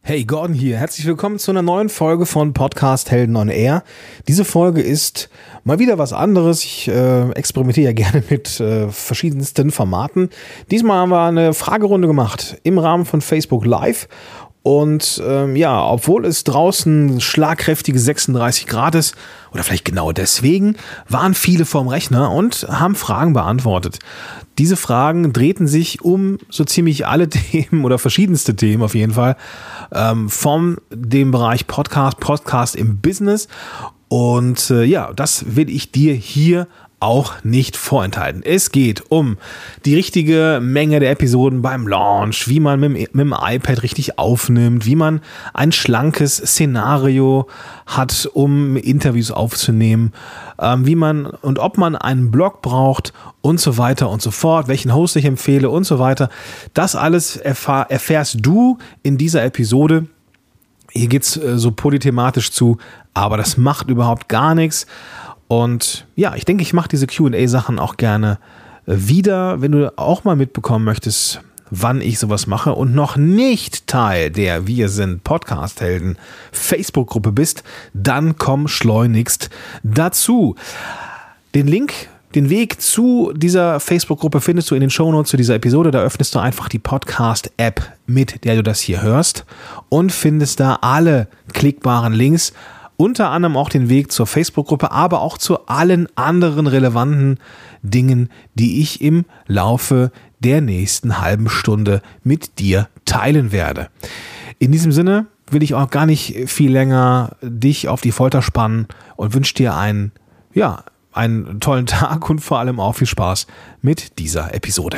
Hey, Gordon hier. Herzlich willkommen zu einer neuen Folge von Podcast Helden on Air. Diese Folge ist mal wieder was anderes. Ich experimentiere ja gerne mit verschiedensten Formaten. Diesmal haben wir eine Fragerunde gemacht im Rahmen von Facebook Live. Und obwohl es draußen schlagkräftige 36 Grad ist, oder vielleicht genau deswegen, waren viele vorm Rechner und haben Fragen beantwortet. Diese Fragen drehten sich um so ziemlich alle Themen oder verschiedenste Themen auf jeden Fall, von dem Bereich Podcast im Business. Und das will ich dir hier auch nicht vorenthalten. Es geht um die richtige Menge der Episoden beim Launch, wie man mit dem iPad richtig aufnimmt, wie man ein schlankes Szenario hat, um Interviews aufzunehmen, wie man und ob man einen Blog braucht und so weiter und so fort, welchen Host ich empfehle und so weiter. Das alles erfährst du in dieser Episode. Hier geht's so polythematisch zu, aber das macht überhaupt gar nichts. Und ja, ich denke, ich mache diese Q&A-Sachen auch gerne wieder, wenn du auch mal mitbekommen möchtest, wann ich sowas mache und noch nicht Teil der Wir sind Podcast-Helden Facebook-Gruppe bist, dann komm schleunigst dazu. Den Weg zu dieser Facebook-Gruppe findest du in den Shownotes zu dieser Episode. Da öffnest du einfach die Podcast-App, mit der du das hier hörst und findest da alle klickbaren Links. Unter anderem auch den Weg zur Facebook-Gruppe, aber auch zu allen anderen relevanten Dingen, die ich im Laufe der nächsten halben Stunde mit dir teilen werde. In diesem Sinne will ich auch gar nicht viel länger dich auf die Folter spannen und wünsche dir einen tollen Tag und vor allem auch viel Spaß mit dieser Episode.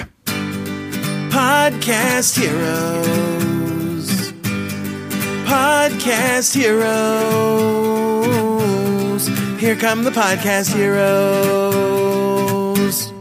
Podcast Heroes. Podcast Heroes. Here come the Podcast Heroes.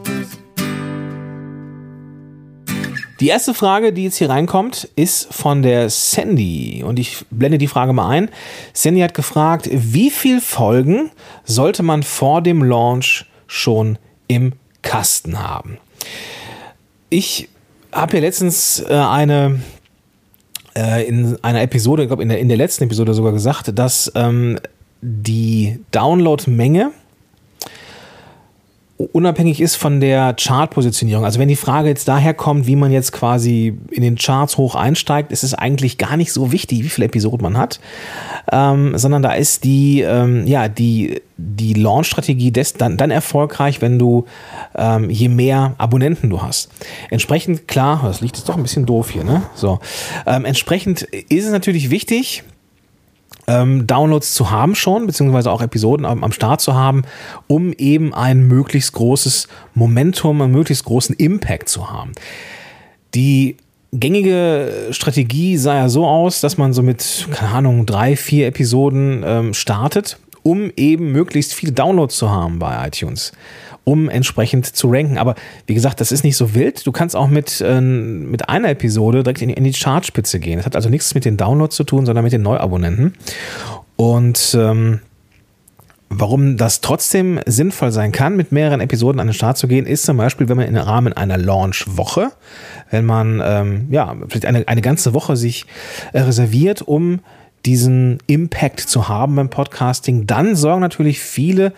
Die erste Frage, die jetzt hier reinkommt, ist von der Sandy. Und ich blende die Frage mal ein. Sandy hat gefragt, wie viele Folgen sollte man vor dem Launch schon im Kasten haben? Ich habe hier letztens in einer Episode, ich glaube in der letzten Episode sogar gesagt, dass die Downloadmenge unabhängig ist von der Chartpositionierung. Also wenn die Frage jetzt daher kommt, wie man jetzt quasi in den Charts hoch einsteigt, ist es eigentlich gar nicht so wichtig, wie viele Episoden man hat, sondern da ist die Launch-Strategie dann erfolgreich, wenn du je mehr Abonnenten du hast. Entsprechend, klar, das Licht ist doch ein bisschen doof hier, ne? So. Entsprechend ist es natürlich wichtig, Downloads zu haben schon, beziehungsweise auch Episoden am Start zu haben, um eben ein möglichst großes Momentum, einen möglichst großen Impact zu haben. Die gängige Strategie sah ja so aus, dass man so mit, 3-4 Episoden startet, um eben möglichst viele Downloads zu haben bei iTunes, um entsprechend zu ranken. Aber wie gesagt, das ist nicht so wild. Du kannst auch mit einer Episode direkt in die Chartspitze gehen. Das hat also nichts mit den Downloads zu tun, sondern mit den Neuabonnenten. Und warum das trotzdem sinnvoll sein kann, mit mehreren Episoden an den Start zu gehen, ist zum Beispiel, wenn man im Rahmen einer Launch-Woche, wenn man vielleicht eine ganze Woche sich reserviert, um diesen Impact zu haben beim Podcasting, dann sorgen natürlich viele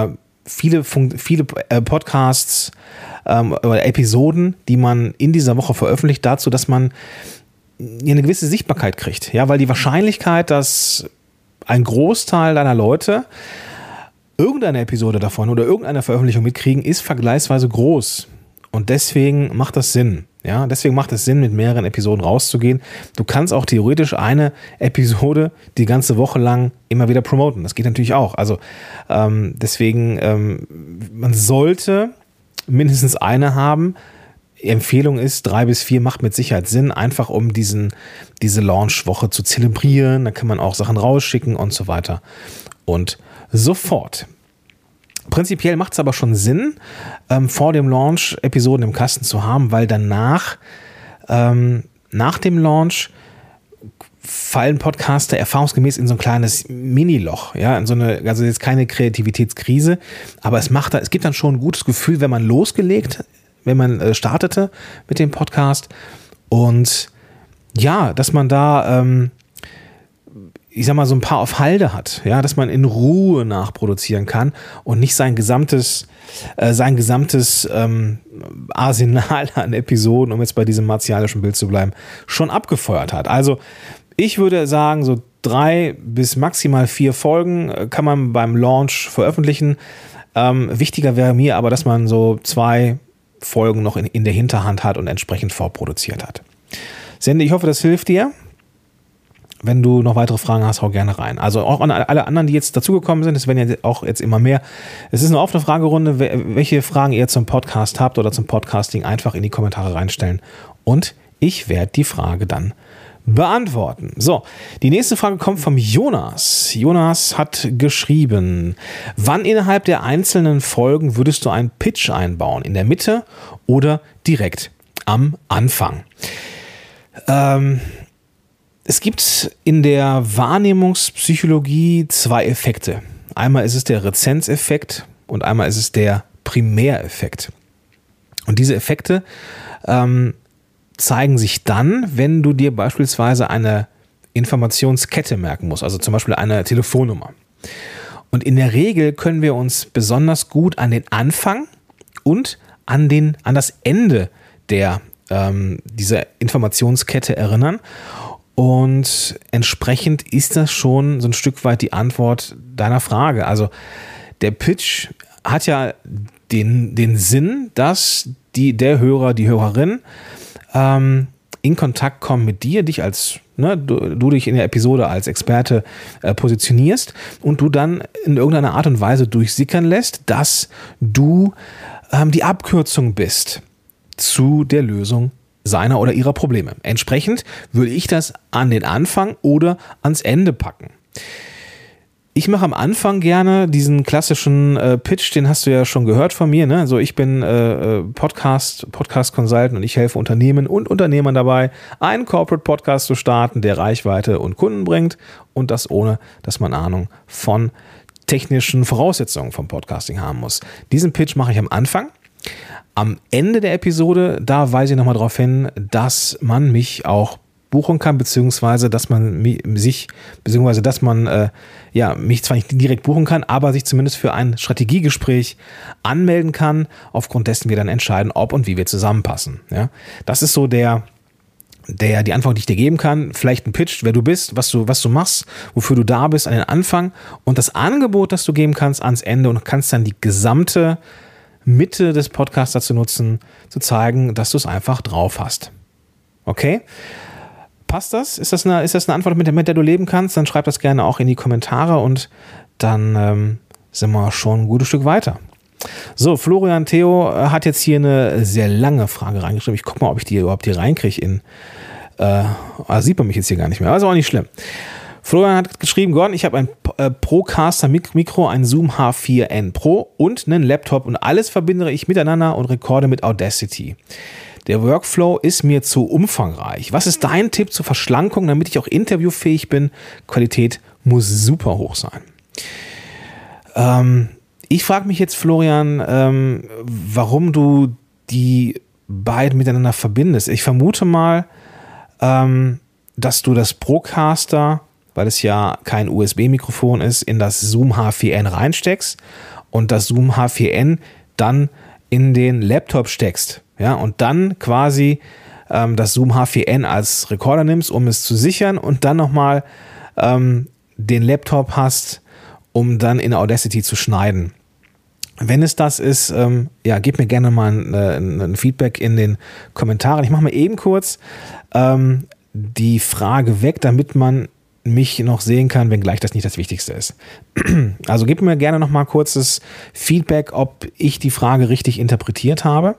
Podcasts oder Episoden, die man in dieser Woche veröffentlicht, dazu, dass man eine gewisse Sichtbarkeit kriegt. Ja, weil die Wahrscheinlichkeit, dass ein Großteil deiner Leute irgendeine Episode davon oder irgendeine Veröffentlichung mitkriegen, ist vergleichsweise groß. Und deswegen macht das Sinn. Ja, deswegen macht es Sinn, mit mehreren Episoden rauszugehen. Du kannst auch theoretisch eine Episode die ganze Woche lang immer wieder promoten. Das geht natürlich auch. Also deswegen, man sollte mindestens eine haben. Die Empfehlung ist, 3 bis 4 macht mit Sicherheit Sinn, einfach um diese Launch-Woche zu zelebrieren. Da kann man auch Sachen rausschicken und so weiter und so fort. Prinzipiell macht es aber schon Sinn, vor dem Launch Episoden im Kasten zu haben, weil danach, nach dem Launch, fallen Podcaster erfahrungsgemäß in so ein kleines Mini-Loch, ja, also jetzt keine Kreativitätskrise, aber es gibt dann schon ein gutes Gefühl, wenn man startete mit dem Podcast und ja, dass man da ich sag mal, so ein paar auf Halde hat, ja, dass man in Ruhe nachproduzieren kann und nicht sein gesamtes Arsenal an Episoden, um jetzt bei diesem martialischen Bild zu bleiben, schon abgefeuert hat. Also ich würde sagen, so 3 bis maximal 4 Folgen kann man beim Launch veröffentlichen. Wichtiger wäre mir aber, dass man so 2 Folgen noch in der Hinterhand hat und entsprechend vorproduziert hat. Sende, ich hoffe, das hilft dir. Wenn du noch weitere Fragen hast, hau gerne rein. Also auch an alle anderen, die jetzt dazugekommen sind, es werden ja auch jetzt immer mehr. Es ist eine offene Fragerunde. Welche Fragen ihr zum Podcast habt oder zum Podcasting, einfach in die Kommentare reinstellen. Und ich werde die Frage dann beantworten. So, die nächste Frage kommt vom Jonas. Jonas hat geschrieben: Wann innerhalb der einzelnen Folgen würdest du einen Pitch einbauen? In der Mitte oder direkt am Anfang? Es gibt in der Wahrnehmungspsychologie 2 Effekte. Einmal ist es der Rezenzeffekt und einmal ist es der Primäreffekt. Und diese Effekte zeigen sich dann, wenn du dir beispielsweise eine Informationskette merken musst, also zum Beispiel eine Telefonnummer. Und in der Regel können wir uns besonders gut an den Anfang und an das Ende dieser Informationskette erinnern. Und entsprechend ist das schon so ein Stück weit die Antwort deiner Frage. Also der Pitch hat ja den Sinn, dass der Hörer, die Hörerin in Kontakt kommen mit dir, dich als, du dich in der Episode als Experte positionierst und du dann in irgendeiner Art und Weise durchsickern lässt, dass du die Abkürzung bist zu der Lösung seiner oder ihrer Probleme. Entsprechend würde ich das an den Anfang oder ans Ende packen. Ich mache am Anfang gerne diesen klassischen Pitch, den hast du ja schon gehört von mir. Ne? Also ich bin Podcast-Consultant und ich helfe Unternehmen und Unternehmern dabei, einen Corporate-Podcast zu starten, der Reichweite und Kunden bringt und das ohne, dass man Ahnung von technischen Voraussetzungen vom Podcasting haben muss. Diesen Pitch mache ich am Anfang. Am Ende der Episode, da weise ich nochmal darauf hin, dass man mich auch buchen kann, beziehungsweise dass man mich zwar nicht direkt buchen kann, aber sich zumindest für ein Strategiegespräch anmelden kann, aufgrund dessen wir dann entscheiden, ob und wie wir zusammenpassen. Ja? Das ist so die Antwort, die ich dir geben kann. Vielleicht ein Pitch, wer du bist, was du machst, wofür du da bist, an den Anfang und das Angebot, das du geben kannst, ans Ende und kannst dann die gesamte Mitte des Podcasts dazu nutzen, zu zeigen, dass du es einfach drauf hast. Okay? Passt das? Ist das eine Antwort, mit der du leben kannst? Dann schreib das gerne auch in die Kommentare und dann sind wir schon ein gutes Stück weiter. So, Florian Theo hat jetzt hier eine sehr lange Frage reingeschrieben. Ich gucke mal, ob ich die überhaupt hier reinkriege. Sieht man mich jetzt hier gar nicht mehr. Also auch nicht schlimm. Florian hat geschrieben: Gordon, ich habe ein Procaster Mikro, ein Zoom H4n Pro und einen Laptop und alles verbinde ich miteinander und rekorde mit Audacity. Der Workflow ist mir zu umfangreich. Was ist dein Tipp zur Verschlankung, damit ich auch interviewfähig bin? Qualität muss super hoch sein. Ich frage mich jetzt, Florian, warum du die beiden miteinander verbindest. Ich vermute mal, dass du das Procaster, weil es ja kein USB-Mikrofon ist, in das Zoom H4n reinsteckst und das Zoom H4n dann in den Laptop steckst. Ja, und dann quasi das Zoom H4n als Rekorder nimmst, um es zu sichern und dann nochmal den Laptop hast, um dann in Audacity zu schneiden. Wenn es das ist, gib mir gerne mal ein Feedback in den Kommentaren. Ich mache mal eben kurz die Frage weg, damit man mich noch sehen kann, wenngleich das nicht das Wichtigste ist. Also gib mir gerne noch mal kurzes Feedback, ob ich die Frage richtig interpretiert habe.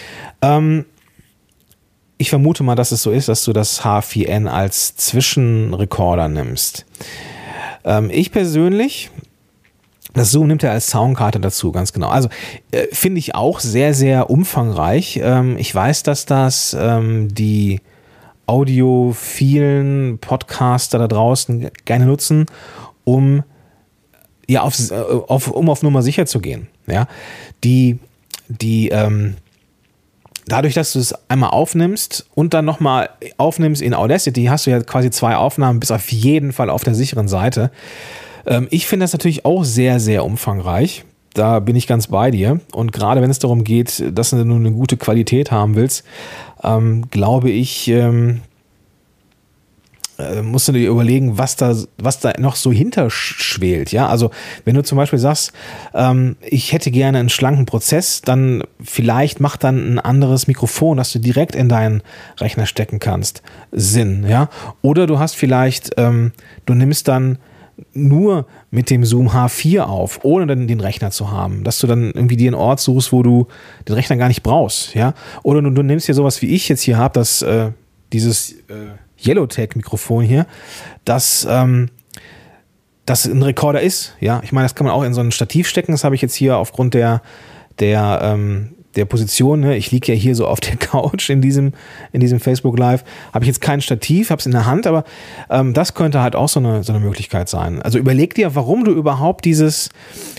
Ich vermute mal, dass es so ist, dass du das H4n als Zwischenrekorder nimmst. Ich persönlich, das Zoom nimmt ja als Soundkarte dazu, ganz genau. Also finde ich auch sehr, sehr umfangreich. Ich weiß, dass das die audiophilen Podcaster da draußen gerne nutzen, um auf Nummer sicher zu gehen. Ja? Die dadurch, dass du es einmal aufnimmst und dann nochmal aufnimmst in Audacity, hast du ja quasi 2 Aufnahmen, bist auf jeden Fall auf der sicheren Seite. Ich finde das natürlich auch sehr, sehr umfangreich. Da bin ich ganz bei dir. Und gerade wenn es darum geht, dass du nur eine gute Qualität haben willst, glaube ich, musst du dir überlegen, was da noch so hinterschwelt. Ja, also wenn du zum Beispiel sagst, ich hätte gerne einen schlanken Prozess, dann vielleicht macht dann ein anderes Mikrofon, das du direkt in deinen Rechner stecken kannst, Sinn. Ja, oder du hast vielleicht, du nimmst dann nur mit dem Zoom H4 auf, ohne dann den Rechner zu haben, dass du dann irgendwie dir einen Ort suchst, wo du den Rechner gar nicht brauchst, ja, oder du nimmst hier sowas, wie ich jetzt hier habe, dieses Yellowtech-Mikrofon hier, das ein Rekorder ist, ja, ich meine, das kann man auch in so ein Stativ stecken, das habe ich jetzt hier aufgrund der Position, ne? Ich liege ja hier so auf der Couch in diesem Facebook Live, habe ich jetzt kein Stativ, habe es in der Hand, aber das könnte halt auch so eine Möglichkeit sein. Also überleg dir, warum du überhaupt dieses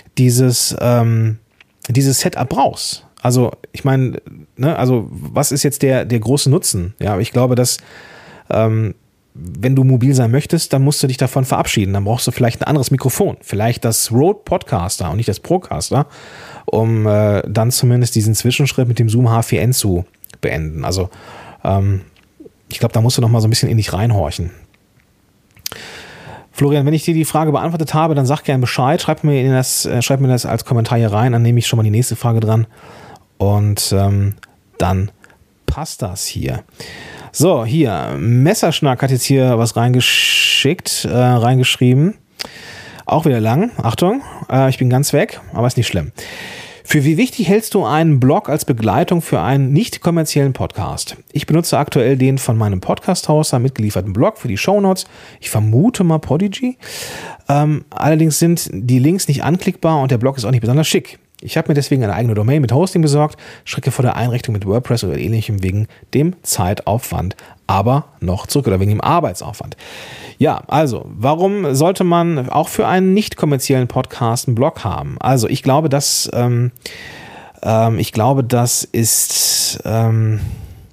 Setup brauchst. Also ich meine, ne, also was ist jetzt der große Nutzen? Ja, ich glaube, dass wenn du mobil sein möchtest, dann musst du dich davon verabschieden. Dann brauchst du vielleicht ein anderes Mikrofon, vielleicht das Rode Podcaster und nicht das Procaster, um dann zumindest diesen Zwischenschritt mit dem Zoom H4n zu beenden. Also ich glaube, da musst du noch mal so ein bisschen in dich reinhorchen. Florian, wenn ich dir die Frage beantwortet habe, dann sag gerne Bescheid. Schreib mir das als Kommentar hier rein, dann nehme ich schon mal die nächste Frage dran. Und dann passt das hier. So, hier, Messerschnack hat jetzt hier was reingeschrieben. Auch wieder lang. Achtung, ich bin ganz weg, aber ist nicht schlimm. Für wie wichtig hältst du einen Blog als Begleitung für einen nicht kommerziellen Podcast? Ich benutze aktuell den von meinem Podcast-Hoster mitgelieferten Blog für die Shownotes. Ich vermute mal Podigy. Allerdings sind die Links nicht anklickbar und der Blog ist auch nicht besonders schick. Ich habe mir deswegen eine eigene Domain mit Hosting besorgt, schrecke vor der Einrichtung mit WordPress oder ähnlichem wegen dem Zeitaufwand, aber noch zurück oder wegen dem Arbeitsaufwand. Ja, also, warum sollte man auch für einen nicht kommerziellen Podcast einen Blog haben? Also, ich glaube, das ist, ich glaube, dass ein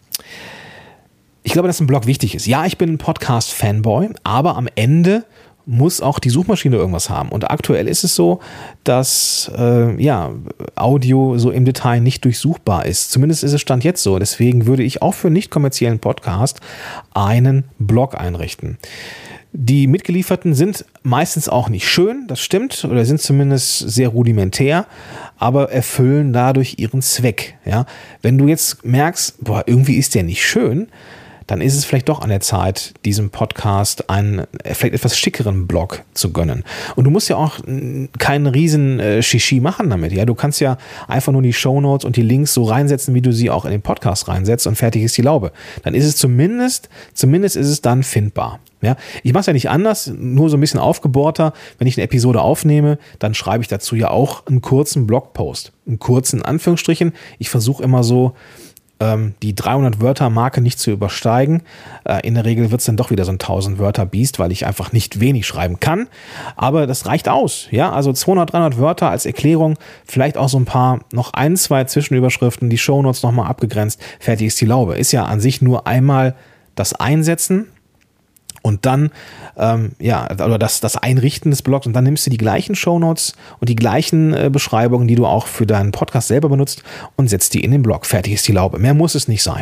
Blog wichtig ist. Ja, ich bin ein Podcast-Fanboy, aber am Ende muss auch die Suchmaschine irgendwas haben. Und aktuell ist es so, dass Audio so im Detail nicht durchsuchbar ist. Zumindest ist es Stand jetzt so. Deswegen würde ich auch für einen nicht kommerziellen Podcast einen Blog einrichten. Die mitgelieferten sind meistens auch nicht schön, das stimmt, oder sind zumindest sehr rudimentär, aber erfüllen dadurch ihren Zweck. Ja? Wenn du jetzt merkst, boah, irgendwie ist der nicht schön, dann ist es vielleicht doch an der Zeit, diesem Podcast einen vielleicht etwas schickeren Blog zu gönnen. Und du musst ja auch keinen riesen Shishi machen damit. Ja, du kannst ja einfach nur die Shownotes und die Links so reinsetzen, wie du sie auch in den Podcast reinsetzt und fertig ist die Laube. Dann ist es zumindest ist es dann findbar. Ja, ich mache es ja nicht anders, nur so ein bisschen aufgebohrter. Wenn ich eine Episode aufnehme, dann schreibe ich dazu ja auch einen kurzen Blogpost. Einen kurzen Anführungsstrichen. Ich versuche immer so, die 300-Wörter-Marke nicht zu übersteigen. In der Regel wird es dann doch wieder so ein 1000-Wörter-Biest, weil ich einfach nicht wenig schreiben kann. Aber das reicht aus. Ja, also 200, 300 Wörter als Erklärung, vielleicht auch so ein paar, noch 1, 2 Zwischenüberschriften, die Shownotes nochmal abgegrenzt, fertig ist die Laube. Ist ja an sich nur einmal das Einsetzen und dann, oder das Einrichten des Blogs und dann nimmst du die gleichen Shownotes und die gleichen Beschreibungen, die du auch für deinen Podcast selber benutzt und setzt die in den Blog. Fertig ist die Laube. Mehr muss es nicht sein.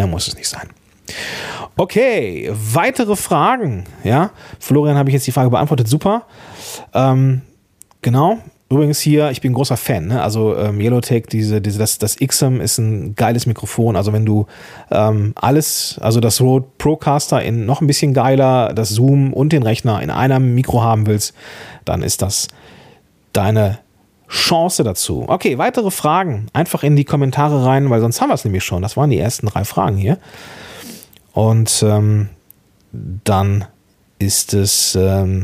Okay, weitere Fragen. Ja, Florian, habe ich jetzt die Frage beantwortet. Super. Genau. Übrigens hier, ich bin großer Fan, ne? Also Yellowtech, das XM ist ein geiles Mikrofon. Also wenn du also das Rode Procaster in noch ein bisschen geiler, das Zoom und den Rechner in einem Mikro haben willst, dann ist das deine Chance dazu. Okay, weitere Fragen einfach in die Kommentare rein, weil sonst haben wir es nämlich schon. Das waren die ersten 3 Fragen hier. Und dann ist es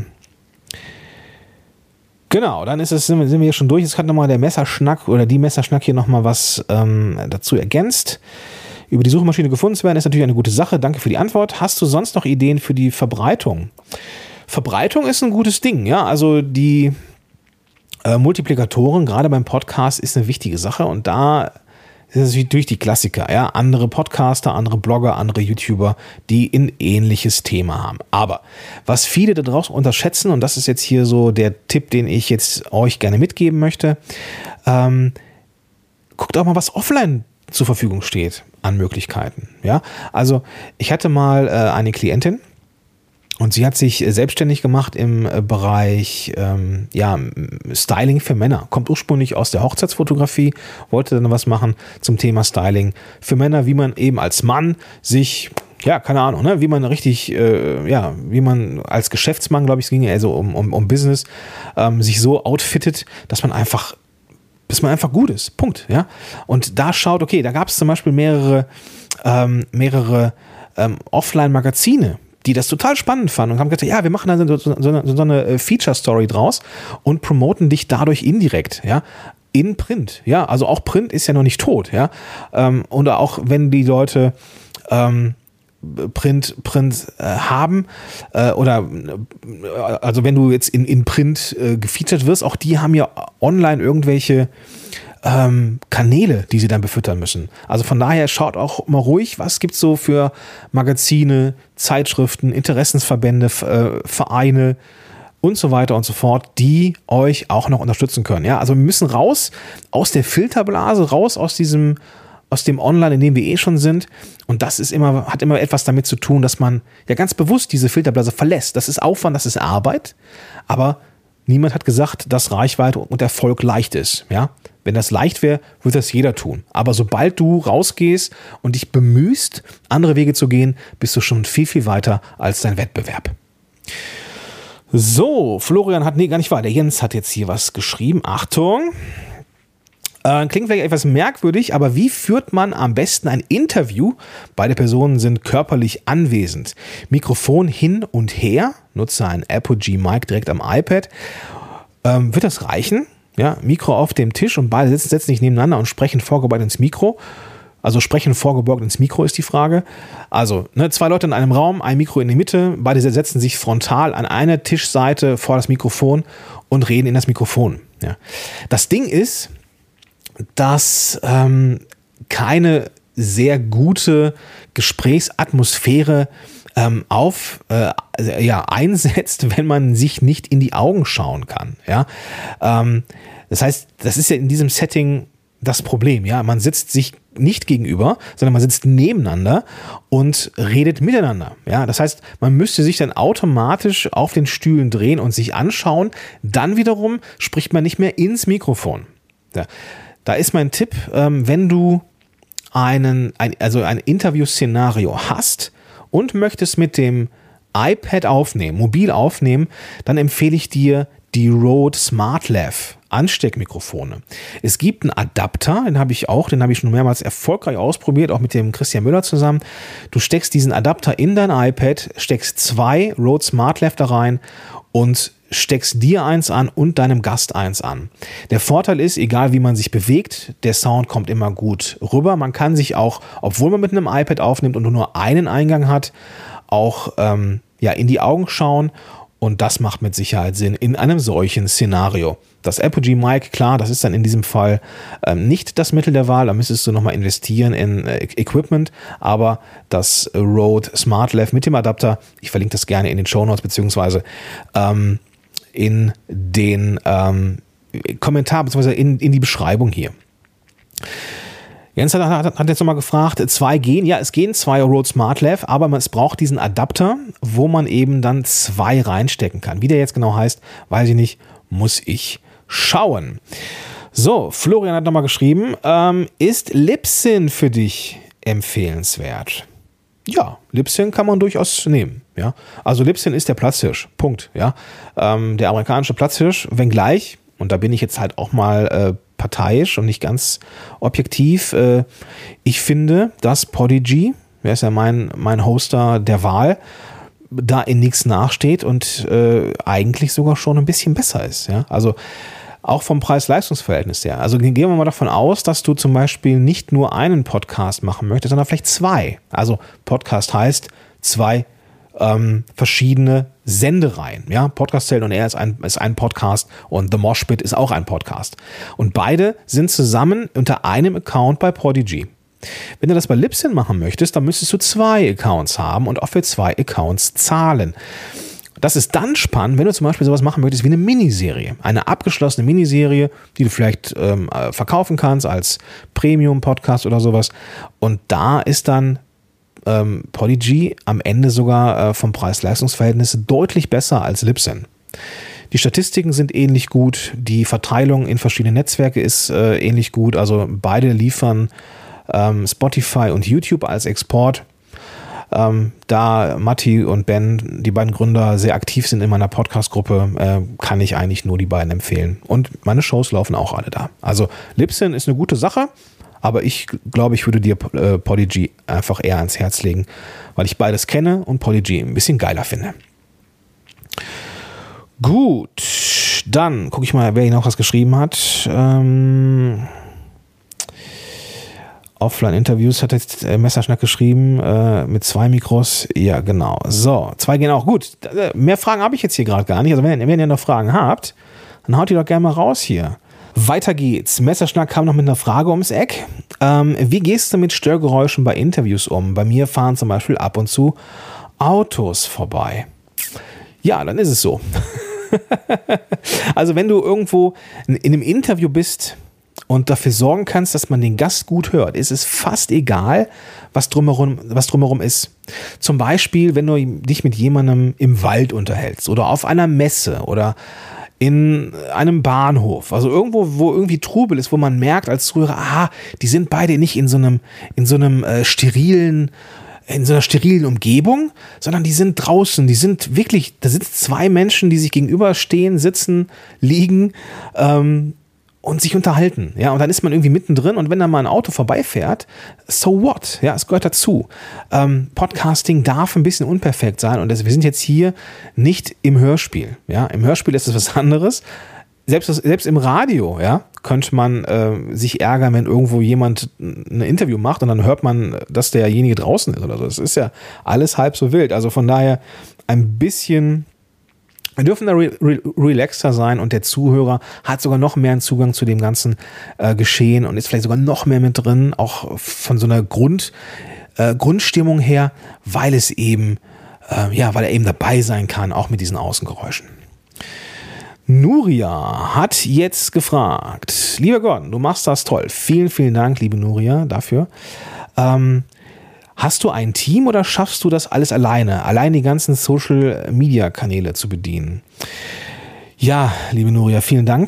genau, dann sind wir hier schon durch. Jetzt hat nochmal der Messerschnack oder die Messerschnack hier nochmal was dazu ergänzt. Über die Suchmaschine gefunden zu werden, ist natürlich eine gute Sache. Danke für die Antwort. Hast du sonst noch Ideen für die Verbreitung? Verbreitung ist ein gutes Ding, ja. Also die Multiplikatoren, gerade beim Podcast, ist eine wichtige Sache. Und da das ist natürlich die Klassiker, ja, andere Podcaster, andere Blogger, andere YouTuber, die ein ähnliches Thema haben. Aber was viele da draußen unterschätzen, und das ist jetzt hier so der Tipp, den ich jetzt euch gerne mitgeben möchte, guckt auch mal, was offline zur Verfügung steht an Möglichkeiten. Ja, also ich hatte mal eine Klientin und sie hat sich selbstständig gemacht im Bereich Styling für Männer. Kommt ursprünglich aus der Hochzeitsfotografie, wollte dann was machen zum Thema Styling für Männer, wie man eben als Mann sich, ja, keine Ahnung, ne, wie man richtig, wie man als Geschäftsmann, glaube ich, es ging ja so um Business, sich so outfittet, dass man einfach gut ist. Punkt. Ja? Und da schaut, okay, da gab es zum Beispiel mehrere Offline-Magazine, die das total spannend fanden und haben gesagt, ja, wir machen da so eine Feature-Story draus und promoten dich dadurch indirekt, ja, in Print. Ja, also auch Print ist ja noch nicht tot, ja. Oder auch wenn die Leute Print haben oder also wenn du jetzt in Print gefeatured wirst, auch die haben ja online irgendwelche Kanäle, die sie dann befüttern müssen. Also von daher schaut auch mal ruhig, was gibt's so für Magazine, Zeitschriften, Interessensverbände, Vereine und so weiter und so fort, die euch auch noch unterstützen können. Ja, also wir müssen raus aus der Filterblase, raus aus dem Online, in dem wir schon sind. Und das hat immer etwas damit zu tun, dass man ja ganz bewusst diese Filterblase verlässt. Das ist Aufwand, das ist Arbeit, aber niemand hat gesagt, dass Reichweite und Erfolg leicht ist. Ja? Wenn das leicht wäre, würde das jeder tun. Aber sobald du rausgehst und dich bemühst, andere Wege zu gehen, bist du schon viel, viel weiter als dein Wettbewerb. So, Florian gar nicht wahr. Der Jens hat jetzt hier was geschrieben. Achtung! Klingt vielleicht etwas merkwürdig, aber wie führt man am besten ein Interview? Beide Personen sind körperlich anwesend. Mikrofon hin und her, nutze ein Apogee Mic direkt am iPad. Wird das reichen? Ja, Mikro auf dem Tisch und beide setzen sich nebeneinander und sprechen vorgebeugt ins Mikro. Also sprechen vorgebeugt ins Mikro ist die Frage. Also 2 Leute in einem Raum, ein Mikro in der Mitte, beide setzen sich frontal an eine Tischseite vor das Mikrofon und reden in das Mikrofon. Ja. Das Ding ist, dass keine sehr gute Gesprächsatmosphäre einsetzt, wenn man sich nicht in die Augen schauen kann. Ja? Das heißt, das ist ja in diesem Setting das Problem. Ja? Man sitzt sich nicht gegenüber, sondern man sitzt nebeneinander und redet miteinander. Ja? Das heißt, man müsste sich dann automatisch auf den Stühlen drehen und sich anschauen. Dann wiederum spricht man nicht mehr ins Mikrofon. Ja? Da ist mein Tipp, wenn du ein Interview-Szenario hast und möchtest mit dem iPad aufnehmen, mobil aufnehmen, dann empfehle ich dir die Rode SmartLav Ansteckmikrofone. Es gibt einen Adapter, den habe ich schon mehrmals erfolgreich ausprobiert, auch mit dem Christian Müller zusammen. Du steckst diesen Adapter in dein iPad, steckst 2 Rode SmartLav da rein und steckst dir eins an und deinem Gast eins an. Der Vorteil ist, egal wie man sich bewegt, der Sound kommt immer gut rüber. Man kann sich auch, obwohl man mit einem iPad aufnimmt und nur einen Eingang hat, auch in die Augen schauen. Und das macht mit Sicherheit Sinn in einem solchen Szenario. Das Apogee Mic, klar, das ist dann in diesem Fall nicht das Mittel der Wahl. Da müsstest du nochmal investieren in Equipment. Aber das Rode SmartLav mit dem Adapter, ich verlinke das gerne in den Shownotes beziehungsweise in den Kommentar beziehungsweise in die Beschreibung hier. Jens hat jetzt nochmal gefragt, 2 gehen. Ja, es gehen 2 Rode SmartLav, aber es braucht diesen Adapter, wo man eben dann 2 reinstecken kann. Wie der jetzt genau heißt, weiß ich nicht, muss ich schauen. So, Florian hat nochmal geschrieben, ist Libsyn für dich empfehlenswert? Ja, Libsyn kann man durchaus nehmen. Ja? Also Libsyn ist der Platzhirsch, Punkt. Ja? Der amerikanische Platzhirsch, wenngleich, und da bin ich jetzt halt auch mal parteiisch und nicht ganz objektiv. Ich finde, dass Podigy, wer ist ja mein Hoster der Wahl, da in nichts nachsteht und eigentlich sogar schon ein bisschen besser ist. Ja? Also auch vom Preis-Leistungs-Verhältnis her. Also gehen wir mal davon aus, dass du zum Beispiel nicht nur einen Podcast machen möchtest, sondern vielleicht 2. Also Podcast heißt 2 verschiedene Sendereien. Ja, Podcast Helden on Air ist ein Podcast und The Mosh Pit ist auch ein Podcast. Und beide sind zusammen unter einem Account bei Podigy. Wenn du das bei Libsyn machen möchtest, dann müsstest du 2 Accounts haben und auch für 2 Accounts zahlen. Das ist dann spannend, wenn du zum Beispiel sowas machen möchtest wie eine Miniserie. Eine abgeschlossene Miniserie, die du vielleicht verkaufen kannst als Premium-Podcast oder sowas. Und da ist dann Podigy am Ende sogar vom Preis-Leistungs-Verhältnis deutlich besser als Libsyn. Die Statistiken sind ähnlich gut, die Verteilung in verschiedene Netzwerke ist ähnlich gut, also beide liefern Spotify und YouTube als Export. Da Matti und Ben, die beiden Gründer, sehr aktiv sind in meiner Podcast-Gruppe, kann ich eigentlich nur die beiden empfehlen. Und meine Shows laufen auch alle da. Also Libsyn ist eine gute Sache, aber ich glaube, ich würde dir Podigy einfach eher ans Herz legen, weil ich beides kenne und Podigy ein bisschen geiler finde. Gut, dann gucke ich mal, wer hier noch was geschrieben hat. Offline-Interviews hat jetzt Messerschnack geschrieben, mit 2 Mikros. Ja, genau. So, 2 gehen auch. Gut, mehr Fragen habe ich jetzt hier gerade gar nicht. Also wenn ihr noch Fragen habt, dann haut die doch gerne mal raus hier. Weiter geht's. Messerschnack kam noch mit einer Frage ums Eck. Wie gehst du mit Störgeräuschen bei Interviews um? Bei mir fahren zum Beispiel ab und zu Autos vorbei. Ja, dann ist es so. Also wenn du irgendwo in einem Interview bist und dafür sorgen kannst, dass man den Gast gut hört, ist es fast egal, was drumherum ist. Zum Beispiel, wenn du dich mit jemandem im Wald unterhältst oder auf einer Messe oder in einem Bahnhof, also irgendwo, wo irgendwie Trubel ist, wo man merkt als Zuhörer, die sind beide nicht in so einer sterilen Umgebung, sondern die sind draußen, da sitzen 2 Menschen, die sich gegenüberstehen, sitzen, liegen, und sich unterhalten, ja, und dann ist man irgendwie mittendrin und wenn da mal ein Auto vorbeifährt, so what, ja, es gehört dazu. Podcasting darf ein bisschen unperfekt sein und wir sind jetzt hier nicht im Hörspiel, ja, im Hörspiel ist es was anderes, selbst im Radio, ja, könnte man sich ärgern, wenn irgendwo jemand ein Interview macht und dann hört man, dass derjenige draußen ist oder so, das ist ja alles halb so wild, also von daher ein bisschen. Wir dürfen da relaxter sein und der Zuhörer hat sogar noch mehr einen Zugang zu dem ganzen Geschehen und ist vielleicht sogar noch mehr mit drin, auch von so einer Grundstimmung her, weil er eben dabei sein kann, auch mit diesen Außengeräuschen. Nuria hat jetzt gefragt, lieber Gordon, du machst das toll. Vielen, vielen Dank, liebe Nuria, dafür. Hast du ein Team oder schaffst du das alles allein die ganzen Social-Media-Kanäle zu bedienen? Ja, liebe Nuria, vielen Dank.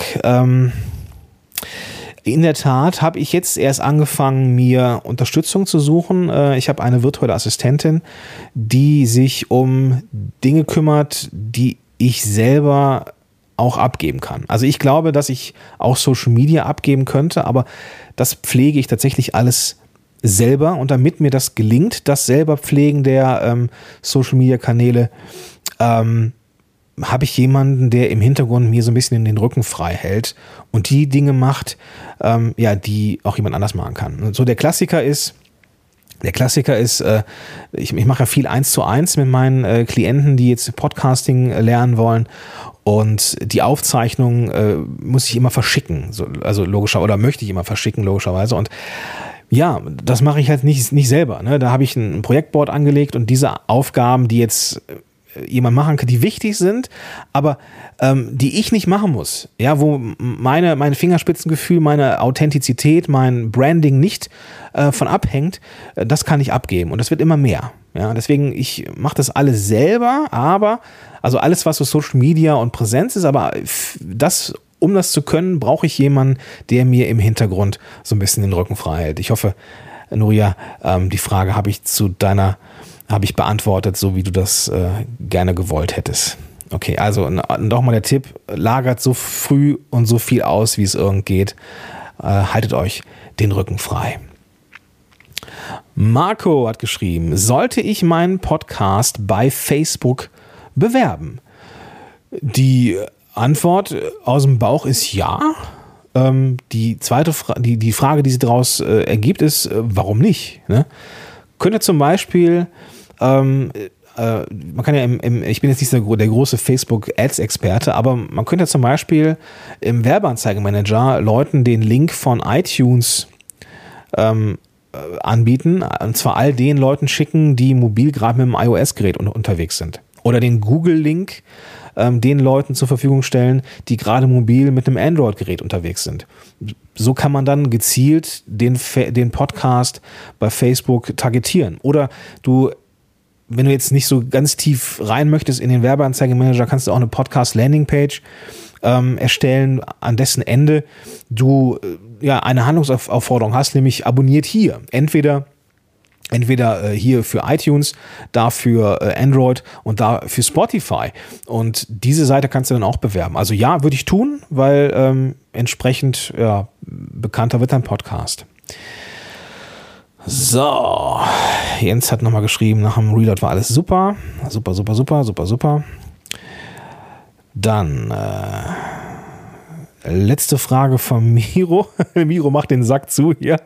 In der Tat habe ich jetzt erst angefangen, mir Unterstützung zu suchen. Ich habe eine virtuelle Assistentin, die sich um Dinge kümmert, die ich selber auch abgeben kann. Also ich glaube, dass ich auch Social Media abgeben könnte, aber das pflege ich tatsächlich alles selber und damit mir das gelingt, das selber Pflegen der Social-Media-Kanäle, habe ich jemanden, der im Hintergrund mir so ein bisschen in den Rücken frei hält und die Dinge macht, die auch jemand anders machen kann. Und so der Klassiker ist, ich mache ja viel 1:1 mit meinen Klienten, die jetzt Podcasting lernen wollen und die Aufzeichnung muss ich immer verschicken, möchte ich immer verschicken, logischerweise und ja, das mache ich halt nicht selber. Ne? Da habe ich ein Projektboard angelegt und diese Aufgaben, die jetzt jemand machen kann, die wichtig sind, aber die ich nicht machen muss. Ja, wo mein Fingerspitzengefühl, meine Authentizität, mein Branding nicht von abhängt, das kann ich abgeben und das wird immer mehr. Ja, deswegen, ich mache das alles selber, aber also alles, was so Social Media und Präsenz ist, aber um das zu können, brauche ich jemanden, der mir im Hintergrund so ein bisschen den Rücken frei hält. Ich hoffe, Nuria, die Frage habe ich beantwortet, so wie du das gerne gewollt hättest. Okay, also nochmal der Tipp, lagert so früh und so viel aus, wie es irgend geht. Haltet euch den Rücken frei. Marco hat geschrieben, sollte ich meinen Podcast bei Facebook bewerben? Die Antwort aus dem Bauch ist ja. Die zweite die Frage, die sich daraus ergibt, ist, warum nicht? Ne? Könnte zum Beispiel man kann ja ich bin jetzt nicht der große Facebook-Ads-Experte, aber man könnte ja zum Beispiel im Werbeanzeigenmanager Leuten den Link von iTunes anbieten, und zwar all den Leuten schicken, die mobil gerade mit dem iOS-Gerät unterwegs sind. Oder den Google-Link den Leuten zur Verfügung stellen, die gerade mobil mit einem Android-Gerät unterwegs sind. So kann man dann gezielt den Podcast bei Facebook targetieren. Oder wenn du jetzt nicht so ganz tief rein möchtest in den Werbeanzeigenmanager, kannst du auch eine Podcast-Landing-Page erstellen, an dessen Ende du eine Handlungsaufforderung hast, nämlich abonniert hier. Entweder hier für iTunes, da für Android und da für Spotify. Und diese Seite kannst du dann auch bewerben. Also ja, würde ich tun, weil entsprechend bekannter wird dein Podcast. So, Jens hat nochmal geschrieben, nach dem Reload war alles super. Super. Dann letzte Frage von Miro. Miro macht den Sack zu hier.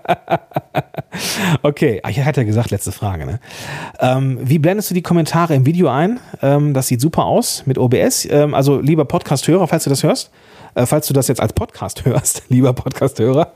Okay, ich hatte ja gesagt, letzte Frage. Ne? Wie blendest du die Kommentare im Video ein? Das sieht super aus mit OBS. Also lieber Podcast-Hörer, falls du das hörst, falls du das jetzt als Podcast hörst, lieber Podcast-Hörer,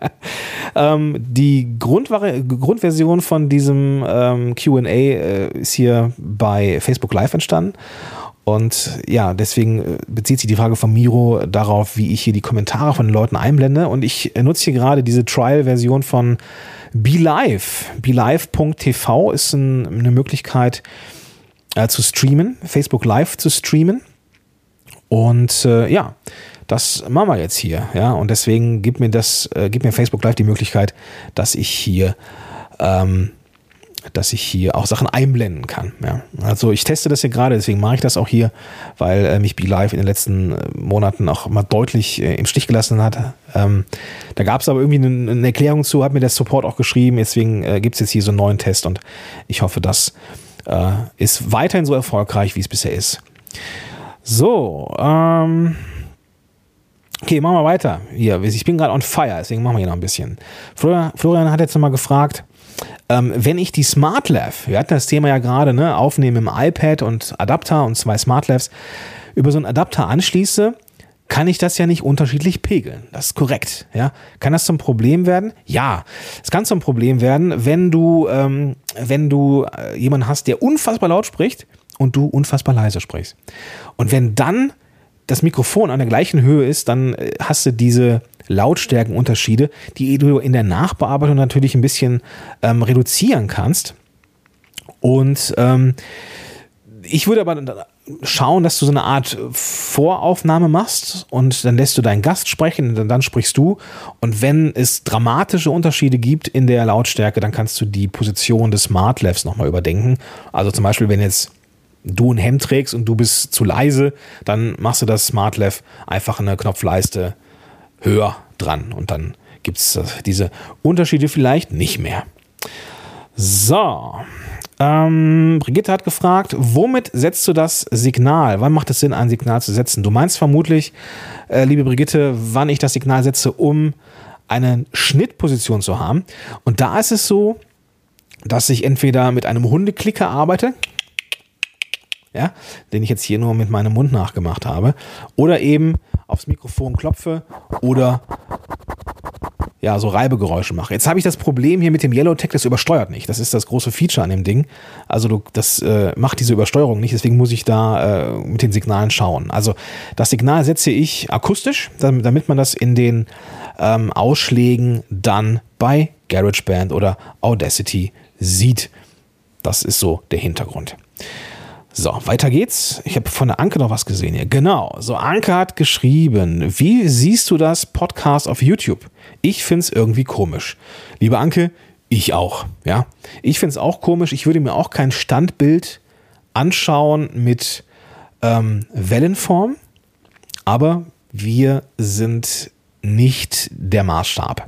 die Grundversion von diesem Q&A ist hier bei Facebook Live entstanden. Und ja, deswegen bezieht sich die Frage von Miro darauf, wie ich hier die Kommentare von den Leuten einblende. Und ich nutze hier gerade diese Trial-Version von BeLive. BeLive.tv ist eine Möglichkeit zu streamen, Facebook Live zu streamen. Und das machen wir jetzt hier. Ja? Und deswegen gibt mir Facebook Live die Möglichkeit, dass ich hier auch Sachen einblenden kann. Ja. Also ich teste das hier gerade, deswegen mache ich das auch hier, weil mich BeLive in den letzten Monaten auch mal deutlich im Stich gelassen hat. Da gab es aber irgendwie eine Erklärung zu, hat mir der Support auch geschrieben, deswegen gibt es jetzt hier so einen neuen Test und ich hoffe, das ist weiterhin so erfolgreich, wie es bisher ist. So, okay, machen wir weiter. Hier, ich bin gerade on fire, deswegen machen wir hier noch ein bisschen. Florian hat jetzt nochmal gefragt, wenn ich die SmartLav, wir hatten das Thema ja gerade, ne, aufnehmen im iPad und Adapter und 2 SmartLavs, über so einen Adapter anschließe, kann ich das ja nicht unterschiedlich pegeln. Das ist korrekt. Ja? Kann das zum Problem werden? Ja, es kann zum Problem werden, wenn du jemanden hast, der unfassbar laut spricht und du unfassbar leise sprichst. Und wenn dann das Mikrofon an der gleichen Höhe ist, dann hast du diese Lautstärkenunterschiede, die du in der Nachbearbeitung natürlich ein bisschen reduzieren kannst. Und ich würde aber schauen, dass du so eine Art Voraufnahme machst und dann lässt du deinen Gast sprechen und dann sprichst du. Und wenn es dramatische Unterschiede gibt in der Lautstärke, dann kannst du die Position des SmartLavs nochmal überdenken. Also zum Beispiel, wenn jetzt du ein Hemd trägst und du bist zu leise, dann machst du das SmartLav einfach eine Knopfleiste höher dran und dann gibt es diese Unterschiede vielleicht nicht mehr. So, Brigitte hat gefragt, womit setzt du das Signal? Wann macht es Sinn, ein Signal zu setzen? Du meinst vermutlich, liebe Brigitte, wann ich das Signal setze, um eine Schnittposition zu haben. Und da ist es so, dass ich entweder mit einem Hundeklicker arbeite, ja, den ich jetzt hier nur mit meinem Mund nachgemacht habe, oder eben aufs Mikrofon klopfe oder ja, so Reibegeräusche mache. Jetzt habe ich das Problem hier mit dem Yellowtech, das übersteuert nicht. Das ist das große Feature an dem Ding. Also das macht diese Übersteuerung nicht, deswegen muss ich da mit den Signalen schauen. Also das Signal setze ich akustisch, damit man das in den Ausschlägen dann bei GarageBand oder Audacity sieht. Das ist so der Hintergrund. So, weiter geht's. Ich habe von der Anke noch was gesehen hier. Genau, so Anke hat geschrieben, wie siehst du das Podcast auf YouTube? Ich find's irgendwie komisch. Liebe Anke, ich auch. Ja, ich find's auch komisch. Ich würde mir auch kein Standbild anschauen mit Wellenform, aber wir sind nicht der Maßstab.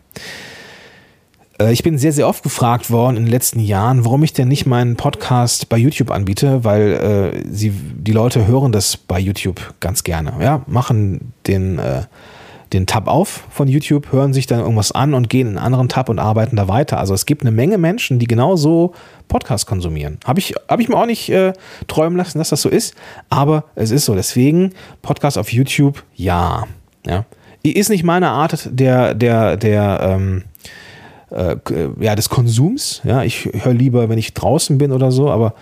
Ich bin sehr, sehr oft gefragt worden in den letzten Jahren, warum ich denn nicht meinen Podcast bei YouTube anbiete, weil die Leute hören das bei YouTube ganz gerne. Ja, machen den den Tab auf von YouTube, hören sich dann irgendwas an und gehen in einen anderen Tab und arbeiten da weiter. Also es gibt eine Menge Menschen, die genauso Podcasts konsumieren. Hab ich mir auch nicht träumen lassen, dass das so ist, aber es ist so. Deswegen Podcast auf YouTube, ja. Ist nicht meine Art des Konsums. Ja, ich höre lieber, wenn ich draußen bin oder so, aber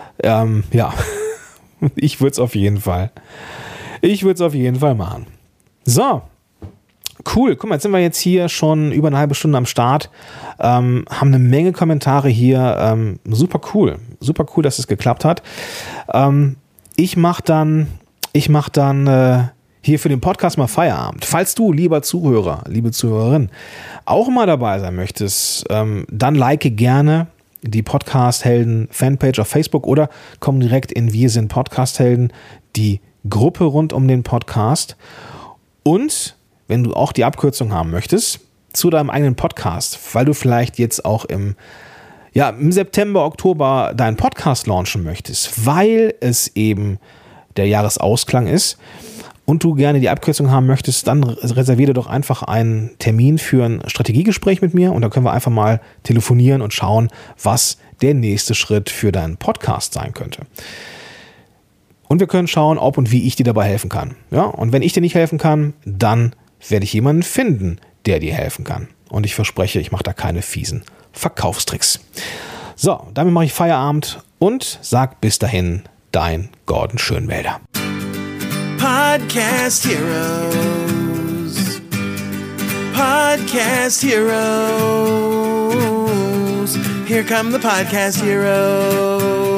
ich würde es auf jeden Fall machen. So, cool. Guck mal, jetzt sind wir jetzt hier schon über eine halbe Stunde am Start. Haben eine Menge Kommentare hier. Super cool, dass es geklappt hat. Ich mach dann hier für den Podcast mal Feierabend. Falls du, lieber Zuhörer, liebe Zuhörerin, auch mal dabei sein möchtest, dann like gerne die Podcast-Helden-Fanpage auf Facebook oder komm direkt in Wir sind Podcast-Helden, die Gruppe rund um den Podcast. Und wenn du auch die Abkürzung haben möchtest, zu deinem eigenen Podcast, weil du vielleicht jetzt auch im September, Oktober deinen Podcast launchen möchtest, weil es eben der Jahresausklang ist und du gerne die Abkürzung haben möchtest, dann reserviere doch einfach einen Termin für ein Strategiegespräch mit mir und da können wir einfach mal telefonieren und schauen, was der nächste Schritt für deinen Podcast sein könnte. Und wir können schauen, ob und wie ich dir dabei helfen kann. Ja? Und wenn ich dir nicht helfen kann, dann werde ich jemanden finden, der dir helfen kann. Und ich verspreche, ich mache da keine fiesen Verkaufstricks. So, damit mache ich Feierabend und sag bis dahin, dein Gordon Schönwälder. Podcast Heroes. Podcast Heroes. Here come the Podcast Heroes.